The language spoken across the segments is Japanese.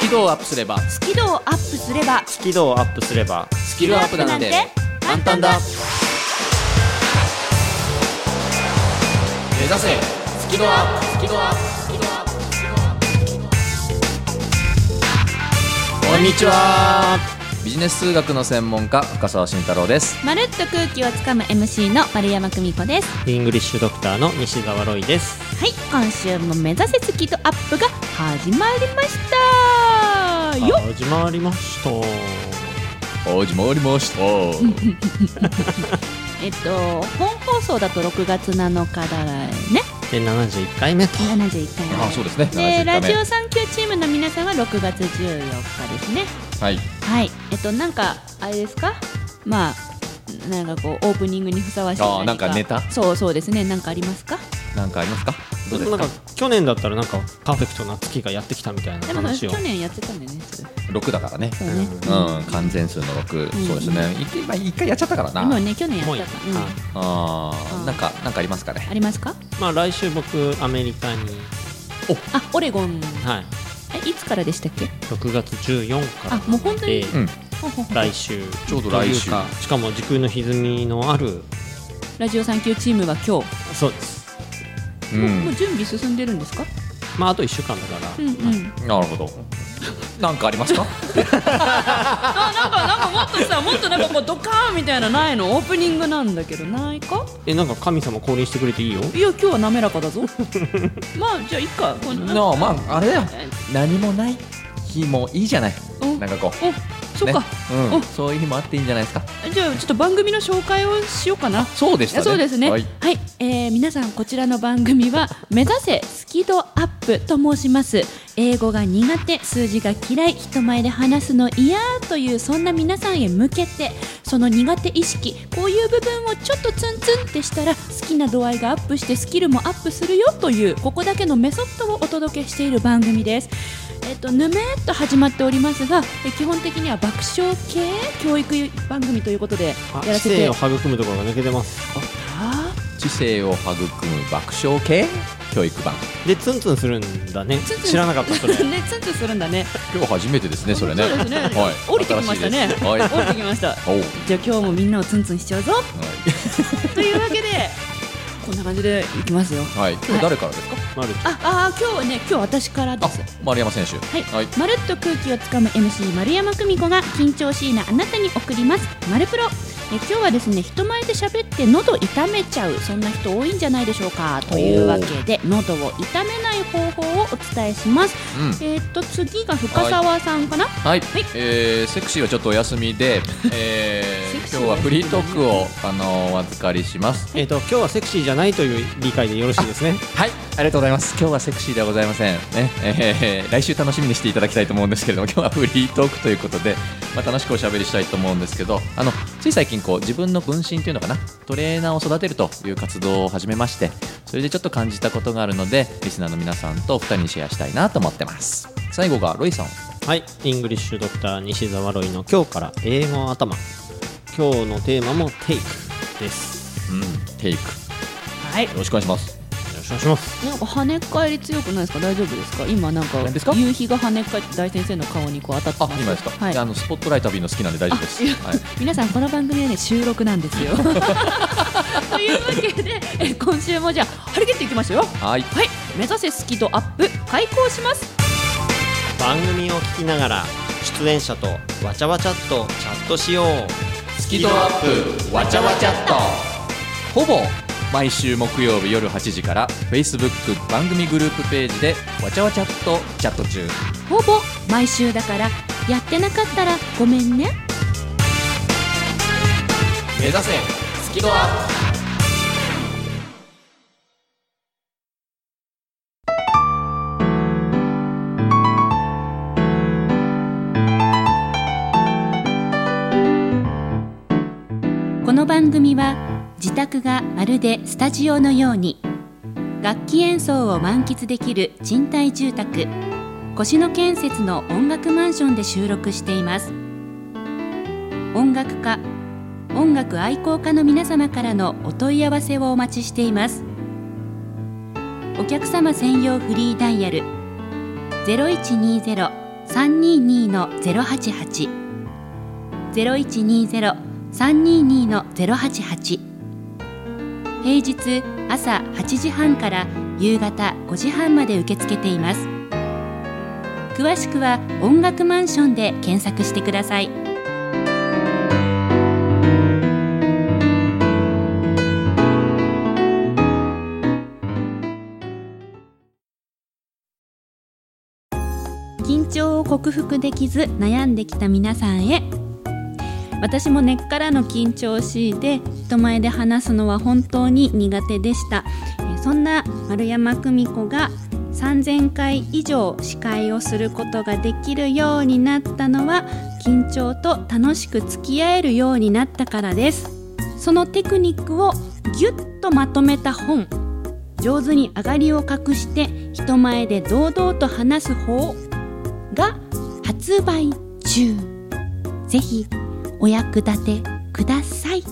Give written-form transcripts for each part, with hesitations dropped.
キ度をアップすればスキルをアップすればスキルをアップすればスキルアップなんて簡単だ。目指せスキルアップ、スキルアップ、スキルアップ、スキルアップ。こんにちは。ビジネス数学の専門家深澤慎太郎です。 まるっと空気をつかむ MC の丸山久美子です。 イングリッシュドクターの西澤ロイです。 はい、今週も目指せスキルアップが始まりましたよ。 始まりました始まりました本放送だと6月7日だね。 で71回目と 71回目。 あ、そうですね。 で、 71回目ラジオ産休チームの皆さんは6月14日ですね。 はいはい、なんかあれですか、まあなんかこうオープニングにふさわしい何か、 なんかネタ、 そうですね、なんかありますか？ なんかありますか？どうですか？ なんか去年だったらなんかパーフェクトな月がやってきたみたいなでも話を。 去年やってたんだよね、それ。 6だからね。 そうね、 完全数の6、そうですね。一回やっちゃったからな。 もうね、去年やったかもうら、 なんかありますかね。 ありますか？ まあ来週僕アメリカにオレゴン、 はいいつからでしたっけ 6月14からもう本当に、 来週ちょうど来週というか、しかも時空の歪みのあるラジオ産休チームは今日、 そうです、 もう準備進んでるんですか？ まああと1週間だから、 なるほど。なんかありますか？ なんかもっとなんかこうドカーンみたいなないの？オープニングなんだけどないか？ なんか神様降臨してくれていいよ。 いや、今日は滑らかだぞまあじゃあいいか。 まああれだよ、何もない日もいいじゃない。なんかこう、 そっか、 そういう日もあっていいんじゃないですか。 じゃあちょっと番組の紹介をしようかな。 そうでしたね。 そうですね。 ははい、皆さんこちらの番組は目指せスキドアップと申します。英語が苦手、数字が嫌い、人前で話すの嫌というそんな皆さんへ向けて、その苦手意識、こういう部分をちょっとツンツンってしたら好きな度合いがアップしてスキルもアップするよという、ここだけのメソッドをお届けしている番組です。ぬめっと始まっておりますが、基本的には爆笑系教育番組ということでやらせて、 知性を育むところが抜けてます。 知性を育む爆笑系教育版でツンツンするんだね。知らなかったそれね、ツンツンするんだね。 今日初めてですね、それね。 そうですね、 はい、 降りてきましたね。 はい、 降りてきました。じゃあ今日もみんなをツンツンしちゃうぞ、というわけでこんな感じでいきますよ。 はい、今日誰からですか？ 今日はね、今日私からです。 丸山選手。 はい、まるっと空気をつかむ MC 丸山久美子が緊張しいなあなたに送りますマルプロ。今日はですね、人前で喋って喉痛めちゃう、そんな人多いんじゃないでしょうか。というわけで喉を痛めない方法をお伝えします。次が深澤さんかな。 はい、セクシーはちょっとお休みで、今日はフリートークをお預かりします。 今日はセクシーじゃないという理解でよろしいですね。 はい、ありがとうございます。今日はセクシーではございませんね。来週楽しみにしていただきたいと思うんですけれども、今日はフリートークということで、楽しくおしゃべりしたいと思うんですけど、つい最近自分の分身というのかな、トレーナーを育てるという活動を始めまして、それでちょっと感じたことがあるので、リスナーの皆さんと2人にシェアしたいなと思ってます。最後がロイさん。 はい、イングリッシュドクター西澤ロイの今日から英語頭。今日のテーマもテイクです。 テイク。はい、よろしくお願いします。 よろしくお願いします。 なんか跳ね返り強くないですか？大丈夫ですか？今なんか夕日が跳ね返って大先生の顔にこう当たってます。 今ですか？ はい、 スポットライト浴びるの好きなんで大丈夫です。 皆さんこの番組はね、収録なんですよ。というわけで今週もじゃあ張り切っていきましょうよ。はい、目指せスキドアップ開講します。 番組を聞きながら出演者とわちゃわちゃっとチャットしよう。 スキドアップわちゃわちゃっと。ほぼ毎週木曜日夜8時から Facebook 番組グループページでわちゃわちゃっとチャット中。 ほぼ毎週だからやってなかったらごめんね。 目指せスキドアップ。 この番組は自宅がまるでスタジオのように、楽器演奏を満喫できる賃貸住宅越野建設の音楽マンションで収録しています。音楽家、音楽愛好家の皆様からのお問い合わせをお待ちしています。お客様専用フリーダイヤル 0120-322-088 0120-322-088平日朝8時半から夕方5時半まで受け付けています。詳しくは音楽マンションで検索してください。緊張を克服できず悩んできた皆さんへ、私も根っからの緊張しいで人前で話すのは本当に苦手でした。そんな丸山久美子が3000回以上司会をすることができるようになったのは、緊張と楽しく付き合えるようになったからです。そのテクニックをぎゅっとまとめた本、上手に上がりを隠して人前で堂々と話す方が発売中。ぜひお役立てください。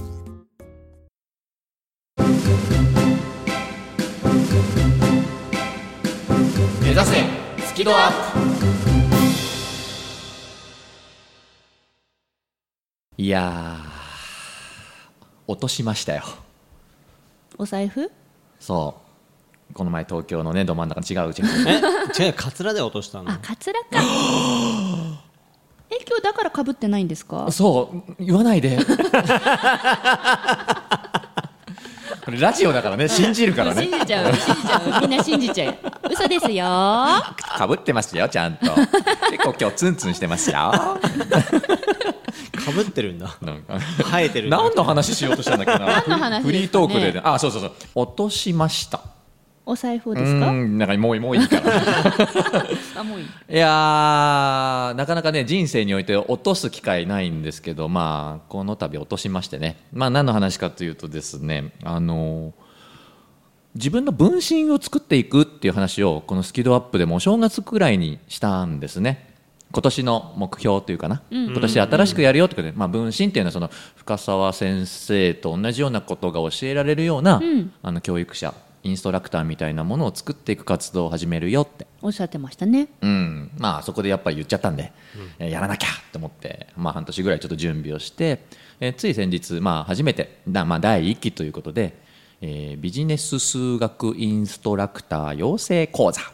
目指せスキドアップ。いやー、落としましたよ。 お財布？ そう、この前東京のねど真ん中、違う違う、カツラで落としたの。 あ、カツラか今日だから被ってないんですか？ そう言わないでこれラジオだからね、信じるからね。 信じちゃうみんな信じちゃう。嘘ですよ。 かぶってますよ、ちゃんと。結構今日ツンツンしてますよ。 かぶってるんだ。 なんか生えてるんだ。 何の話しようとしたんだっけな。 何の話ですかね。 フリートークで、ね、あ、そうそうそう、落としました。 お財布ですか？ なんかもういいからあ、もういい。 いやー、なかなかね人生において落とす機会ないんですけど、まあこの度落としましてね。まあ何の話かというとですね、自分の分身を作っていくっていう話をこのスキドアップでもお正月くらいにしたんですね。今年の目標というかな、今年新しくやるよってことで、まあ、分身っていうのはその深澤先生と同じようなことが教えられるような、教育者、インストラクターみたいなものを作っていく活動を始めるよっておっしゃってましたね。 まあそこでやっぱり言っちゃったんで、やらなきゃと思って、まあ、半年ぐらいちょっと準備をして、つい先日、まあ、初めて第1期ということで、ビジネス数学インストラクター養成講座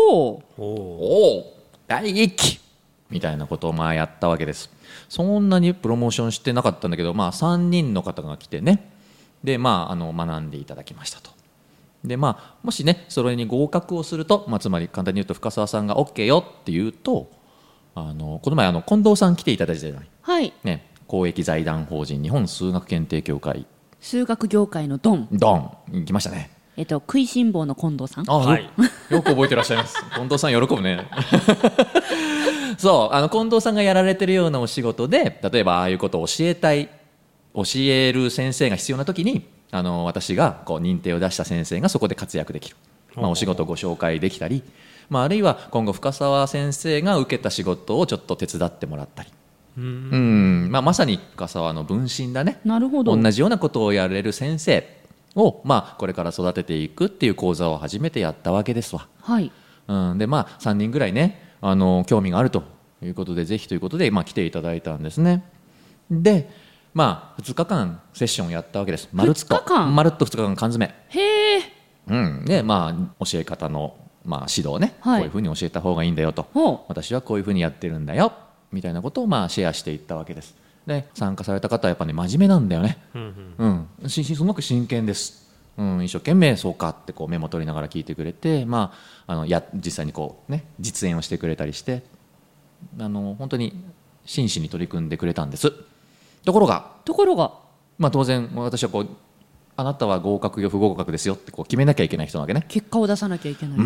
第1期みたいなことをまあやったわけです。そんなにプロモーションしてなかったんだけど、まあ、3人の方が来てね、で、まあ、学んでいただきましたと。で、まあ、もしねそれに合格をすると、まあ、つまり簡単に言うと深澤さんが OK よって言うと、この前近藤さん来ていただいたじゃない、 はいね、公益財団法人日本数学検定協会、 数学業界のドン行きましたね。 食いしん坊の近藤さん。 はい、よく覚えてらっしゃいます近藤さん喜ぶねそう近藤さんがやられてるようなお仕事で、例えばああいうことを教える先生が必要な時に私がこう認定を出した先生がそこで活躍できる、まあ、お仕事をご紹介できたり、まあ、あるいは今後深澤先生が受けた仕事をちょっと手伝ってもらったり、まあ、まさに深澤の分身だね。 なるほど。 同じようなことをやれる先生を、まあ、これから育てていくっていう講座を初めてやったわけですわ。 はい。 で、まあ、3人ぐらいね興味があるということでぜひということで、まあ、来ていただいたんですね。で、まあ、2日間セッションをやったわけです。まるっと2日間缶詰。 へー。で、まあ、教え方の、まあ、指導ね、 はい、 こういうふうに教えた方がいいんだよと、私はこういうふうにやってるんだよみたいなことを、まあ、シェアしていったわけです。で、参加された方はやっぱね真面目なんだよね。すごく真剣です。一生懸命そうかってこうメモ取りながら聞いてくれて、まあ、実際にこう、ね、実演をしてくれたりして本当に真摯に取り組んでくれたんです。ところが、まあ、当然私はこうあなたは合格よ不合格ですよってこう決めなきゃいけない人なわけね。 結果を出さなきゃいけない。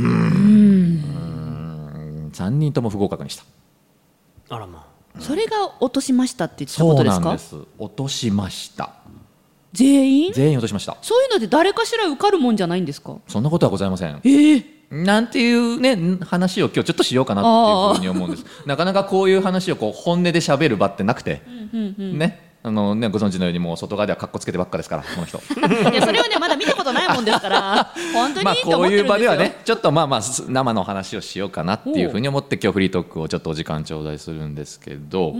3人とも不合格にした。 あらまあ。 それが落としましたって言ったことですか？ そうなんです。落としました。 全員落としました。 そういうので誰かしら受かるもんじゃないんですか？ そんなことはございません。なんていうね話を今日ちょっとしようかなっていうふうに思うんです。なかなかこういう話をこう本音で喋る場ってなくて、ね、 ご存知のようにもう外側ではカッコつけてばっかですからこの人いやそれはねまだ見たことないもんですから本当にいいとこういう思ってるんですよ。 場ではねちょっと生の話をしようかなっていうふうに思って今日フリートークをちょっとお時間頂戴するんですけど、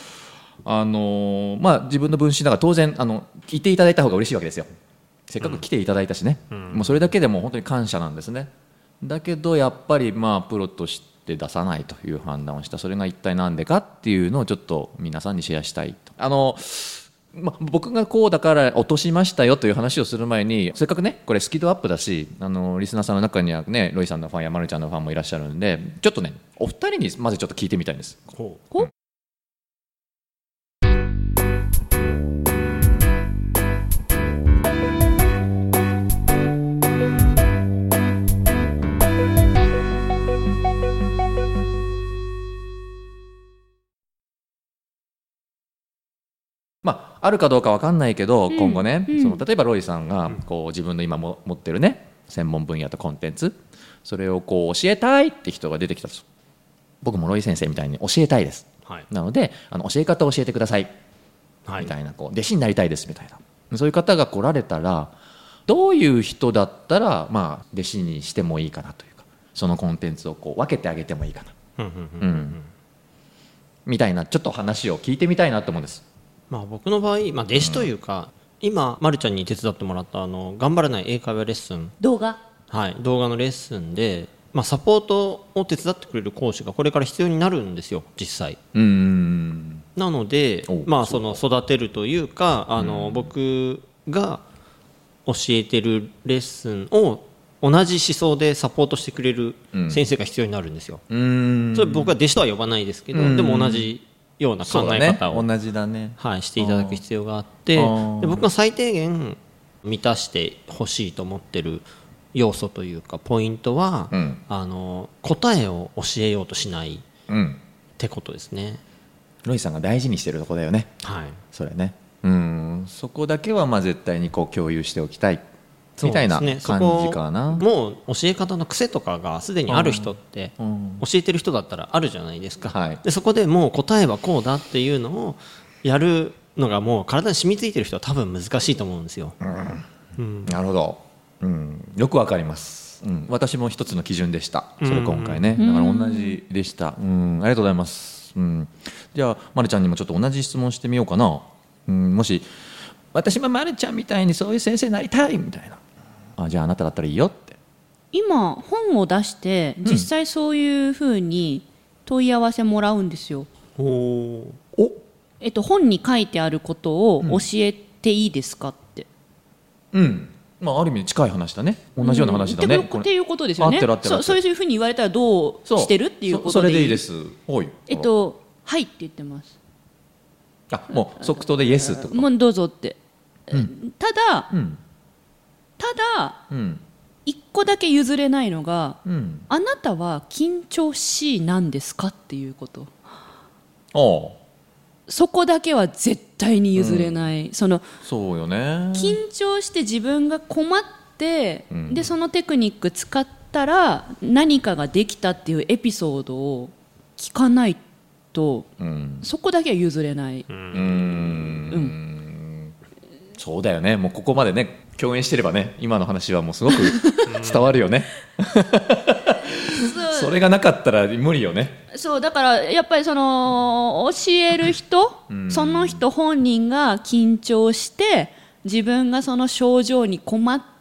自分の分身だから当然聞いていただいた方が嬉しいわけですよ。せっかく来ていただいたしね、もうそれだけでも本当に感謝なんですね。だけどやっぱりプロとして出さないという判断をした。それが一体何でかっていうのをちょっと皆さんにシェアしたいと。僕がこうだから落としましたよという話をする前にせっかくねこれスキドアップだしリスナーさんの中にはねロイさんのファンやまるちゃんのファンもいらっしゃるんでちょっとねお二人にまずちょっと聞いてみたいんです。あるかどうか分かんないけど、今後ね、例えばロイさんがこう自分の今持ってるね専門分野とコンテンツそれをこう教えたいって人が出てきたと。僕もロイ先生みたいに教えたいです、なので教え方を教えてください、みたいな弟子になりたいですみたいなそういう方が来られたらどういう人だったら弟子にしてもいいかなというかそのコンテンツをこう分けてあげてもいいかな、みたいなちょっと話を聞いてみたいなと思うんです。 僕の場合、弟子というか、今、まるちゃんに手伝ってもらった頑張らない英会話レッスン動画のレッスンで、サポートを手伝ってくれる講師がこれから必要になるんですよ実際。なので、その育てるというか僕が教えてるレッスンを同じ思想でサポートしてくれる先生が必要になるんですよ。それ僕は弟子とは呼ばないですけど、でも同じような考え方を、 同じだね、 していただく必要があって、で僕が最低限満たしてほしいと思ってる要素というかポイントは、答えを教えようとしないってことですね。 ロイさんが大事にしてるとこだよね、それね。そこだけは絶対にこう共有しておきたいみたいな感じかな。 もう教え方の癖とかがすでにある人って、教えてる人だったらあるじゃないですか、でそこでもう答えはこうだっていうのをやるのがもう体に染みついてる人は多分難しいと思うんですよ。 なるほど、よくわかります、私も一つの基準でした。それ今回ね、だから同じでした。ありがとうございます。じゃあまるちゃんにもちょっと同じ質問してみようかな。もし私もまるちゃんみたいにそういう先生になりたいみたいな、じゃああなただったらいいよって。 今本を出して実際そういうふうに問い合わせもらうんですよ。本に書いてあることを教えていいですかって。ある意味近い話だね。同じような話だね、 っていうことですよね。そういうふうに言われたらどうしてるっていうことでいい。 それでいいです。 はいって言ってます。 もう即答でイエスとかもうどうぞって、ただ一個だけ譲れないのが、あなたは緊張しいなんですかっていうこと。そこだけは絶対に譲れない、 そうよね。 緊張して自分が困って、でそのテクニック使ったら何かができたっていうエピソードを聞かないと、そこだけは譲れない。 そうだよね。もうここまでね共演してればね今の話はもうすごく伝わるよねそれがなかったら無理よね。 そうだからやっぱり教える人、その人本人が緊張して自分がその症状に困って、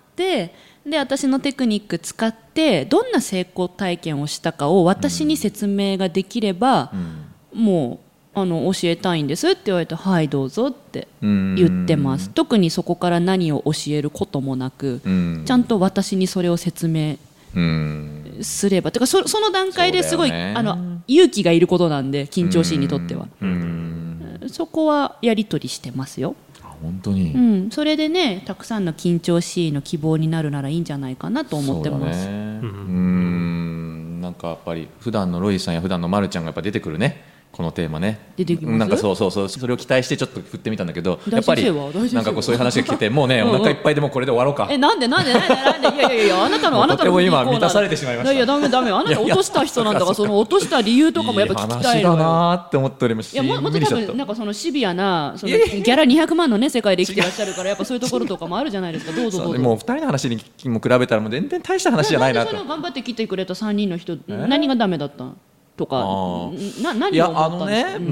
で私のテクニック使ってどんな成功体験をしたかを私に説明ができれば、もう教えたいんですって言われて、はいどうぞって言ってます。特にそこから何を教えることもなく、ちゃんと私にそれを説明すれば、てかその段階ですごい、勇気がいることなんで、緊張しいにとってはそこはやり取りしてますよ。 本当に、 それでねたくさんの緊張しいの希望になるならいいんじゃないかなと思ってます。 なんかやっぱり普段のロイさんや普段のまるちゃんがやっぱ出てくるねこのテーマね出てきます。 なんかそうそれを期待してちょっと振ってみたんだけど、やっぱりなんかこうそういう話が来てもうねお腹いっぱいでもうこれで終わろうか。 なんでいやあなたのとても今満たされてしまいました。 いやダメあなた落とした人なんだからその落とした理由とかもやっぱ聞きたいのよ。 いい話だなって思っておりますし、 いやもっと多分なんかそのシビアなそのギャラ200万のね世界で生きてらっしゃるからやっぱそういうところとかもあるじゃないですか。どうぞもう2人の話にも比べたらもう全然大した話じゃないなと。 なんでその頑張って来てくれた3人の人何がダメだったのとか何を思ったんですか。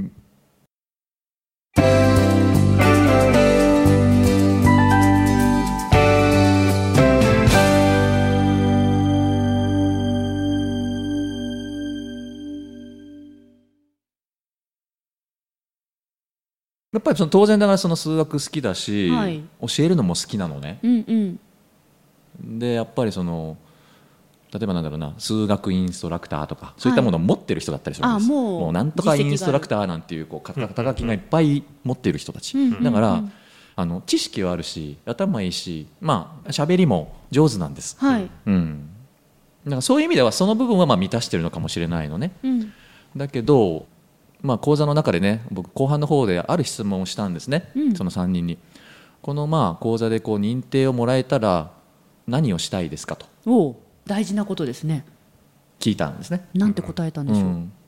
やっぱりその当然ながらその数学好きだし、 はい、 教えるのも好きなのね、でやっぱりその例えばなんだろうな数学インストラクターとかそういったものを持ってる人だったりするんです、もうなんとかインストラクターなんていう肩書きがいっぱい持っている人たち、だから知識はあるし頭いいし喋りも上手なんです、だからそういう意味ではその部分は満たしてるのかもしれないのね、だけど講座の中でね僕後半の方である質問をしたんですね、その3人にこの講座でこう認定をもらえたら何をしたいですかと大事なことですね聞いたんですね。 なんて答えたんでしょう、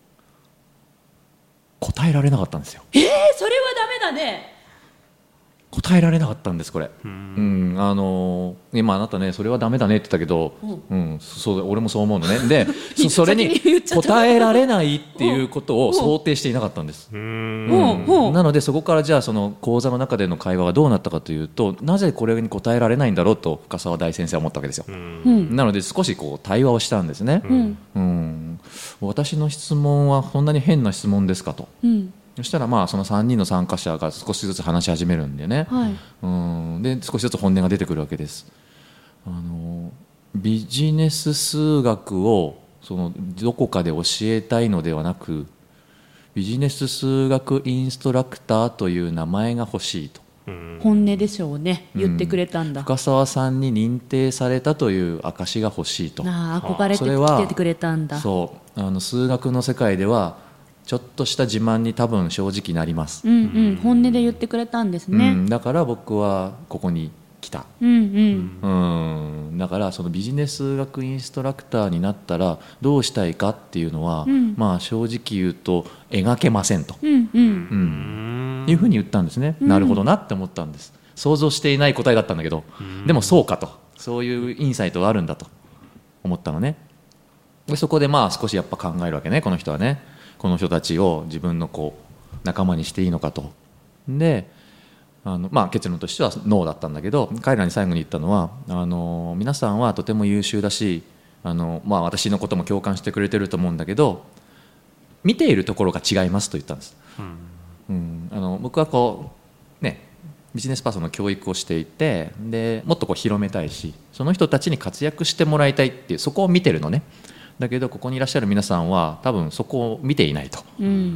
答えられなかったんですよ。 それはダメだね。 答えられなかったんですこれ、今あなたねそれはダメだねって言ったけど、そう俺もそう思うのね。でそれに答えられないっていうことを想定していなかったんです。なのでそこからじゃあその講座の中での会話がどうなったかというと、なぜこれに答えられないんだろうと深澤大先生は思ったわけですよ。なので少しこう対話をしたんですね。私の質問はそんなに変な質問ですかと、そしたらその3人の参加者が少しずつ話し始めるんでね、で少しずつ本音が出てくるわけです。ビジネス数学をそのどこかで教えたいのではなく、ビジネス数学インストラクターという名前が欲しいと。 本音でしょうね。言ってくれたんだ。 深澤さんに認定されたという証が欲しいと。 憧れてきてくれたんだ。 そう数学の世界ではちょっとした自慢に多分正直なります、 本音で言ってくれたんですね、 だから僕はここに来た、だからそのビジネス数学インストラクターになったらどうしたいかっていうのは、正直言うと描けませんと、いうふうに言ったんですね、なるほどなって思ったんです。想像していない答えだったんだけど、でもそうかと、そういうインサイトがあるんだと思ったのね。でそこで少しやっぱ考えるわけね、この人はね。この人たちを自分の仲間にしていいのかと。で結論としてはノーだったんだけど、彼らに最後に言ったのは皆さんはとても優秀だし私のことも共感してくれてると思うんだけど、見ているところが違いますと言ったんです、僕はビジネスパーソンの教育をしていて、でもっと広めたいし、その人たちに活躍してもらいたいっていう、そこを見てるのね。だけどここにいらっしゃる皆さんは多分そこを見ていないと、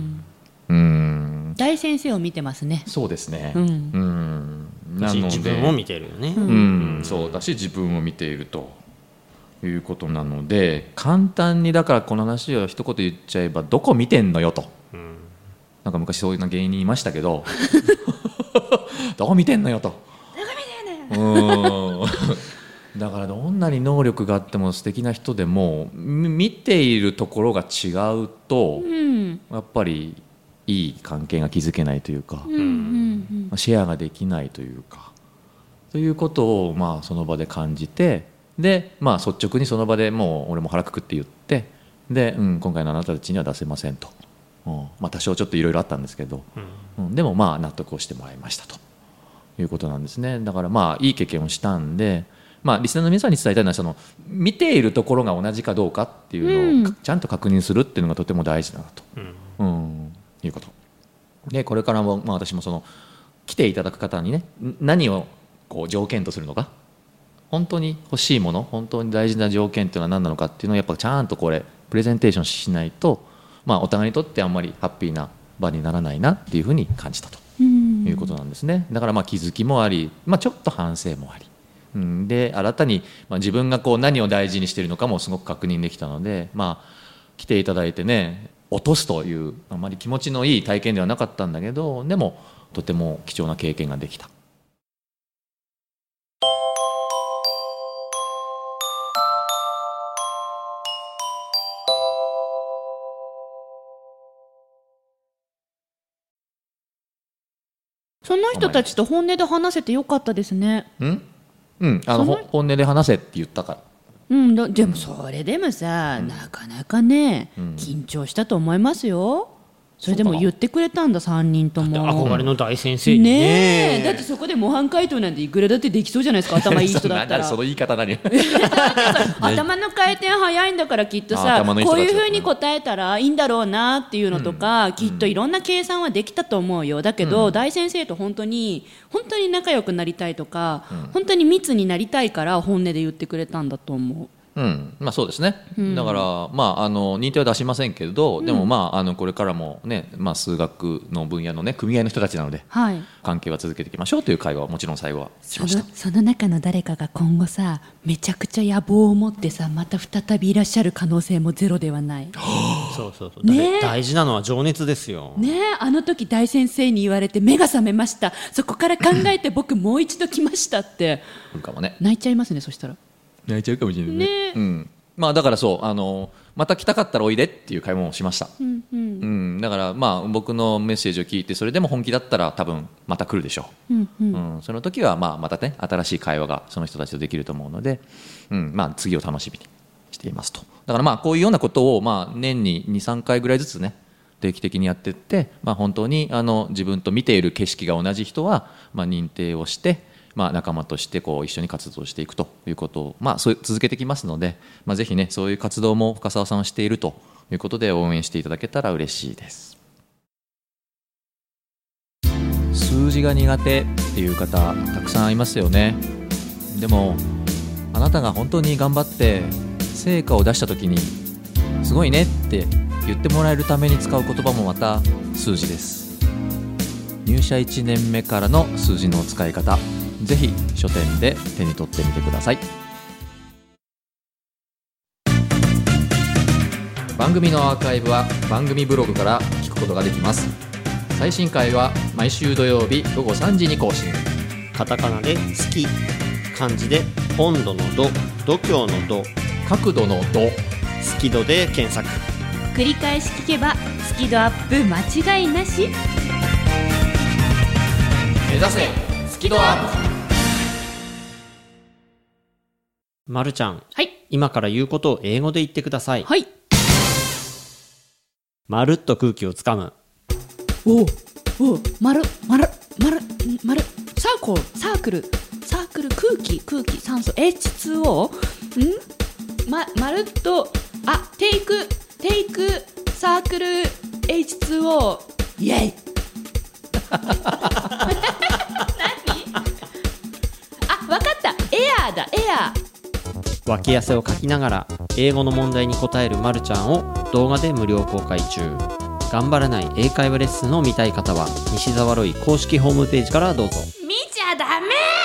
大先生を見てますね。 そうですね、 なので自分を見てるよね、 そうだし自分を見ているということなので、簡単にだからこの話を一言言っちゃえばどこ見てんのよと、なんか昔そういう芸人いましたけどどこ見てんのよと、だからどんなに能力があっても素敵な人でも見ているところが違うと、やっぱりいい関係が築けないというか、シェアができないというか、ということをその場で感じて、で率直にその場でもう俺も腹くくって言って、で、今回のあなたたちには出せませんと、多少ちょっといろいろあったんですけど、でも納得をしてもらいましたということなんですね。だからいい経験をしたんで、リスナーの皆さんに伝えたいのは、その見ているところが同じかどうかっていうのをちゃんと確認するっていうのがとても大事だなと、いうことで、これからも私もその来ていただく方にね、何を条件とするのか、本当に欲しいもの、本当に大事な条件っていうのは何なのかっていうのをやっぱちゃんとこれプレゼンテーションしないと、お互いにとってあんまりハッピーな場にならないなっていうふうに感じたということなんですね。だから気づきもあり、ちょっと反省もあり、で新たに自分が何を大事にしているのかもすごく確認できたので、来ていただいてね、 落とすというあまり気持ちのいい体験ではなかったんだけど、でもとても貴重な経験ができた。 その人たちと本音で話せてよかったですね。 本音で話せって言ったから。 でもそれでもさ、なかなかね、緊張したと思いますよ。それでも言ってくれたんだ、3人とも。 憧れの大先生にね。 だってそこで模範解答なんていくらだってできそうじゃないですか、頭いい人だったら。 その言い方何頭の回転早いんだから、きっとさ、こういう風に答えたらいいんだろうなっていうのとか、きっといろんな計算はできたと思うよ。だけど、大先生と本当に仲良くなりたいとか、本当に密になりたいから本音で言ってくれたんだと思う。 そうですね、だから、認定は出しませんけど、でも、これからも、ね、数学の分野の、ね、組合の人たちなので、関係は続けていきましょうという会話はもちろん最後はしました。 その中の誰かが今後さ、めちゃくちゃ野望を持ってさ、また再びいらっしゃる可能性もゼロではない。 そう、ね、大事なのは情熱ですよ、 ね、あの時大先生に言われて目が覚めました、そこから考えて僕もう一度来ましたって泣いちゃいますね。そしたら泣いちゃうかもしれないね。だからそうまた来たかったらおいでっていう会話もしました。だから僕のメッセージを聞いて、それでも本気だったら多分また来るでしょう。その時はまたね、新しい会話がその人たちとできると思うので、次を楽しみにしていますと。だからこういうようなことを年に 2,3 回ぐらいずつね、定期的にやっていって、本当に自分と見ている景色が同じ人は認定をして、仲間として一緒に活動していくということを、続けてきますので、ぜひね、そういう活動も深澤さんはしているということで応援していただけたら嬉しいです。数字が苦手っていう方たくさんいますよね。でもあなたが本当に頑張って成果を出した時にすごいねって言ってもらえるために使う言葉もまた数字です。入社1年目からの数字の使い方、ぜひ書店で手に取ってみてください。番組のアーカイブは番組ブログから聞くことができます。最新回は毎週土曜日午後3時に更新。 カタカナで好き、漢字で温度の度、度胸の度、 角度の度、 スキドで検索。 繰り返し聞けばスキドアップ間違いなし。 目指せスキドアップ。 まるちゃん、 はい、 今から言うことを英語で言ってください。 はい。 まるっと空気をつかむ。 まるサークル空気酸素 H2O まるっとテイクサークル H2O イエイ何わかった、エアーだ、エアー。 脇汗をかきながら英語の問題に答えるまるちゃんを動画で無料公開中。頑張らない英会話レッスンを見たい方は西澤ロイ公式ホームページからどうぞ。 見ちゃダメ。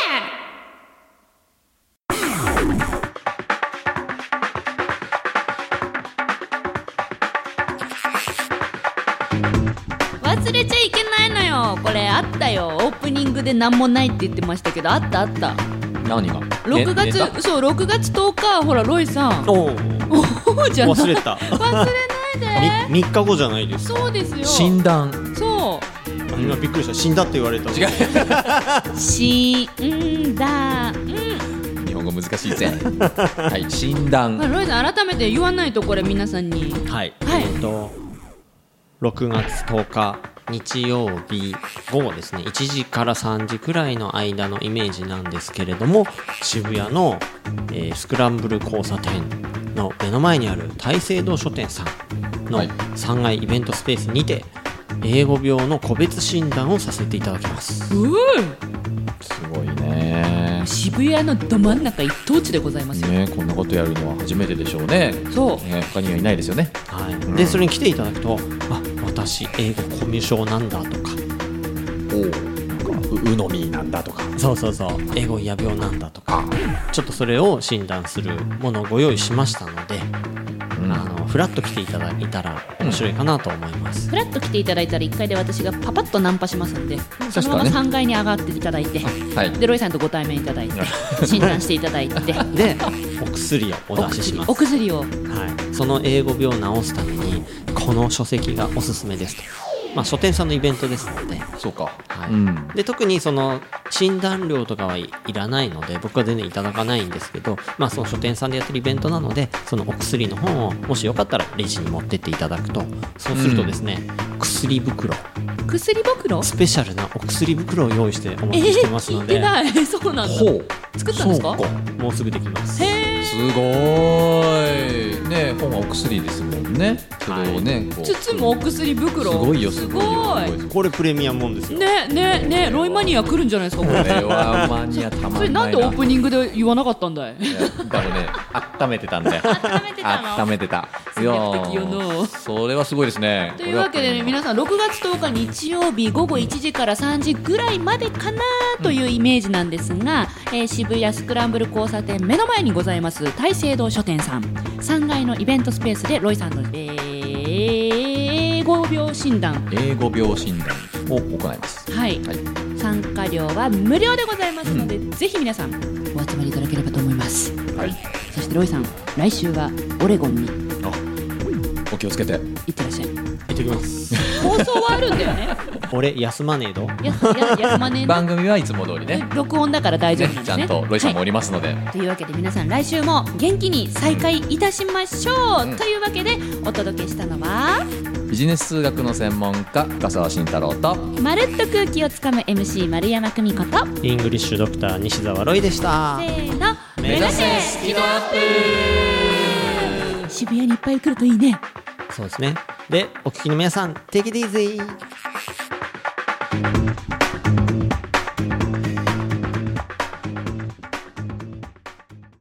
忘れちゃいけないのよ。これあったよ、オープニングで何もないって言ってましたけど、あった。 何が 6月10日、ほらロイさん。じゃ忘れた。 忘れないで。 3日後じゃないですか。 そうですよ。 診断。 そう。 今びっくりした。死んだって言われた。 違う。 死んだ。 日本語難しいぜ。はい、診断。 ロイさん改めて言わないと、これ皆さんに。 はい。6月10日日曜日午後ですね、1時から3時くらいの間のイメージなんですけれども、渋谷の、スクランブル交差点の目の前にある大聖堂書店さんの3階イベントスペースにて英語病の個別診断をさせていただきます。 すごいね。 渋谷のど真ん中一等地でございますよね。こんなことやるのは初めてでしょうね。 そう、 他にはいないですよね。 はい。でそれに来ていただくと、私英語コミュ障なんだとか、 鵜呑みなんだとか、 そう英語イヤ病なんだとか、ちょっとそれを診断するものをご用意しましたので、フラッと来ていただいたら面白いかなと思います。 フラッと来ていただいたら1階で私がパパッとナンパしますので、そのまま3階に上がっていただいて、でロイさんとご対面いただいて診断していただいてでお薬をお出しします。 お薬を、 その英語病を治すためにこの書籍がおすすめですと。書店さんのイベントですので、 そうか、 で特にその診断料とかはいらないので僕は全然いただかないんですけど、その書店さんでやってるイベントなので、そのお薬の本をもしよかったらレジに持ってっていただくと、そうするとですね、薬袋スペシャルなお薬袋を用意してお待ちしてますので、 聞いてない。そうなんだ。作ったんですか？ もうすぐできます。 すごーいね。本はお薬ですもんね。それをね、 包むお薬袋、 すごいよ、すごいよ。 これプレミアムもんですよ。 ねロイマニア来るんじゃないですかこれ。 これはマニアたまんないな。 それなんでオープニングで言わなかったんだい？ でもね、温めてたんだよ。温めてた。 戦略的よの。 それはすごいですね。 というわけでね、皆さん6月10日日曜日午後1時から3時ぐらいまでかなというイメージなんですが、渋谷スクランブル交差点目の前にございます大聖堂書店さん3階のイベントスペースでロイさんの英語病診断を行います。参加料は無料でございますので、ぜひ皆さんお集まりいただければと思います。そしてロイさん、来週はオレゴンにお気をつけて行ってらっしゃい。 行ってきます。 放送はあるんだよね。 俺休まねえど。 休まねえ。 番組はいつも通りね、 録音だから大丈夫なんですね。 ちゃんとロイさんもおりますので、 というわけで皆さん来週も元気に再開いたしましょう、というわけでお届けしたのはビジネス数学の専門家深澤慎太郎と、 まるっと空気をつかむ MC 丸山久美子とイングリッシュドクター西澤ロイでした。 せーの、 目指せスキドアップ。 渋谷にいっぱい来るといいね。 そうですね。で、お聞きの皆さん、Take it easy。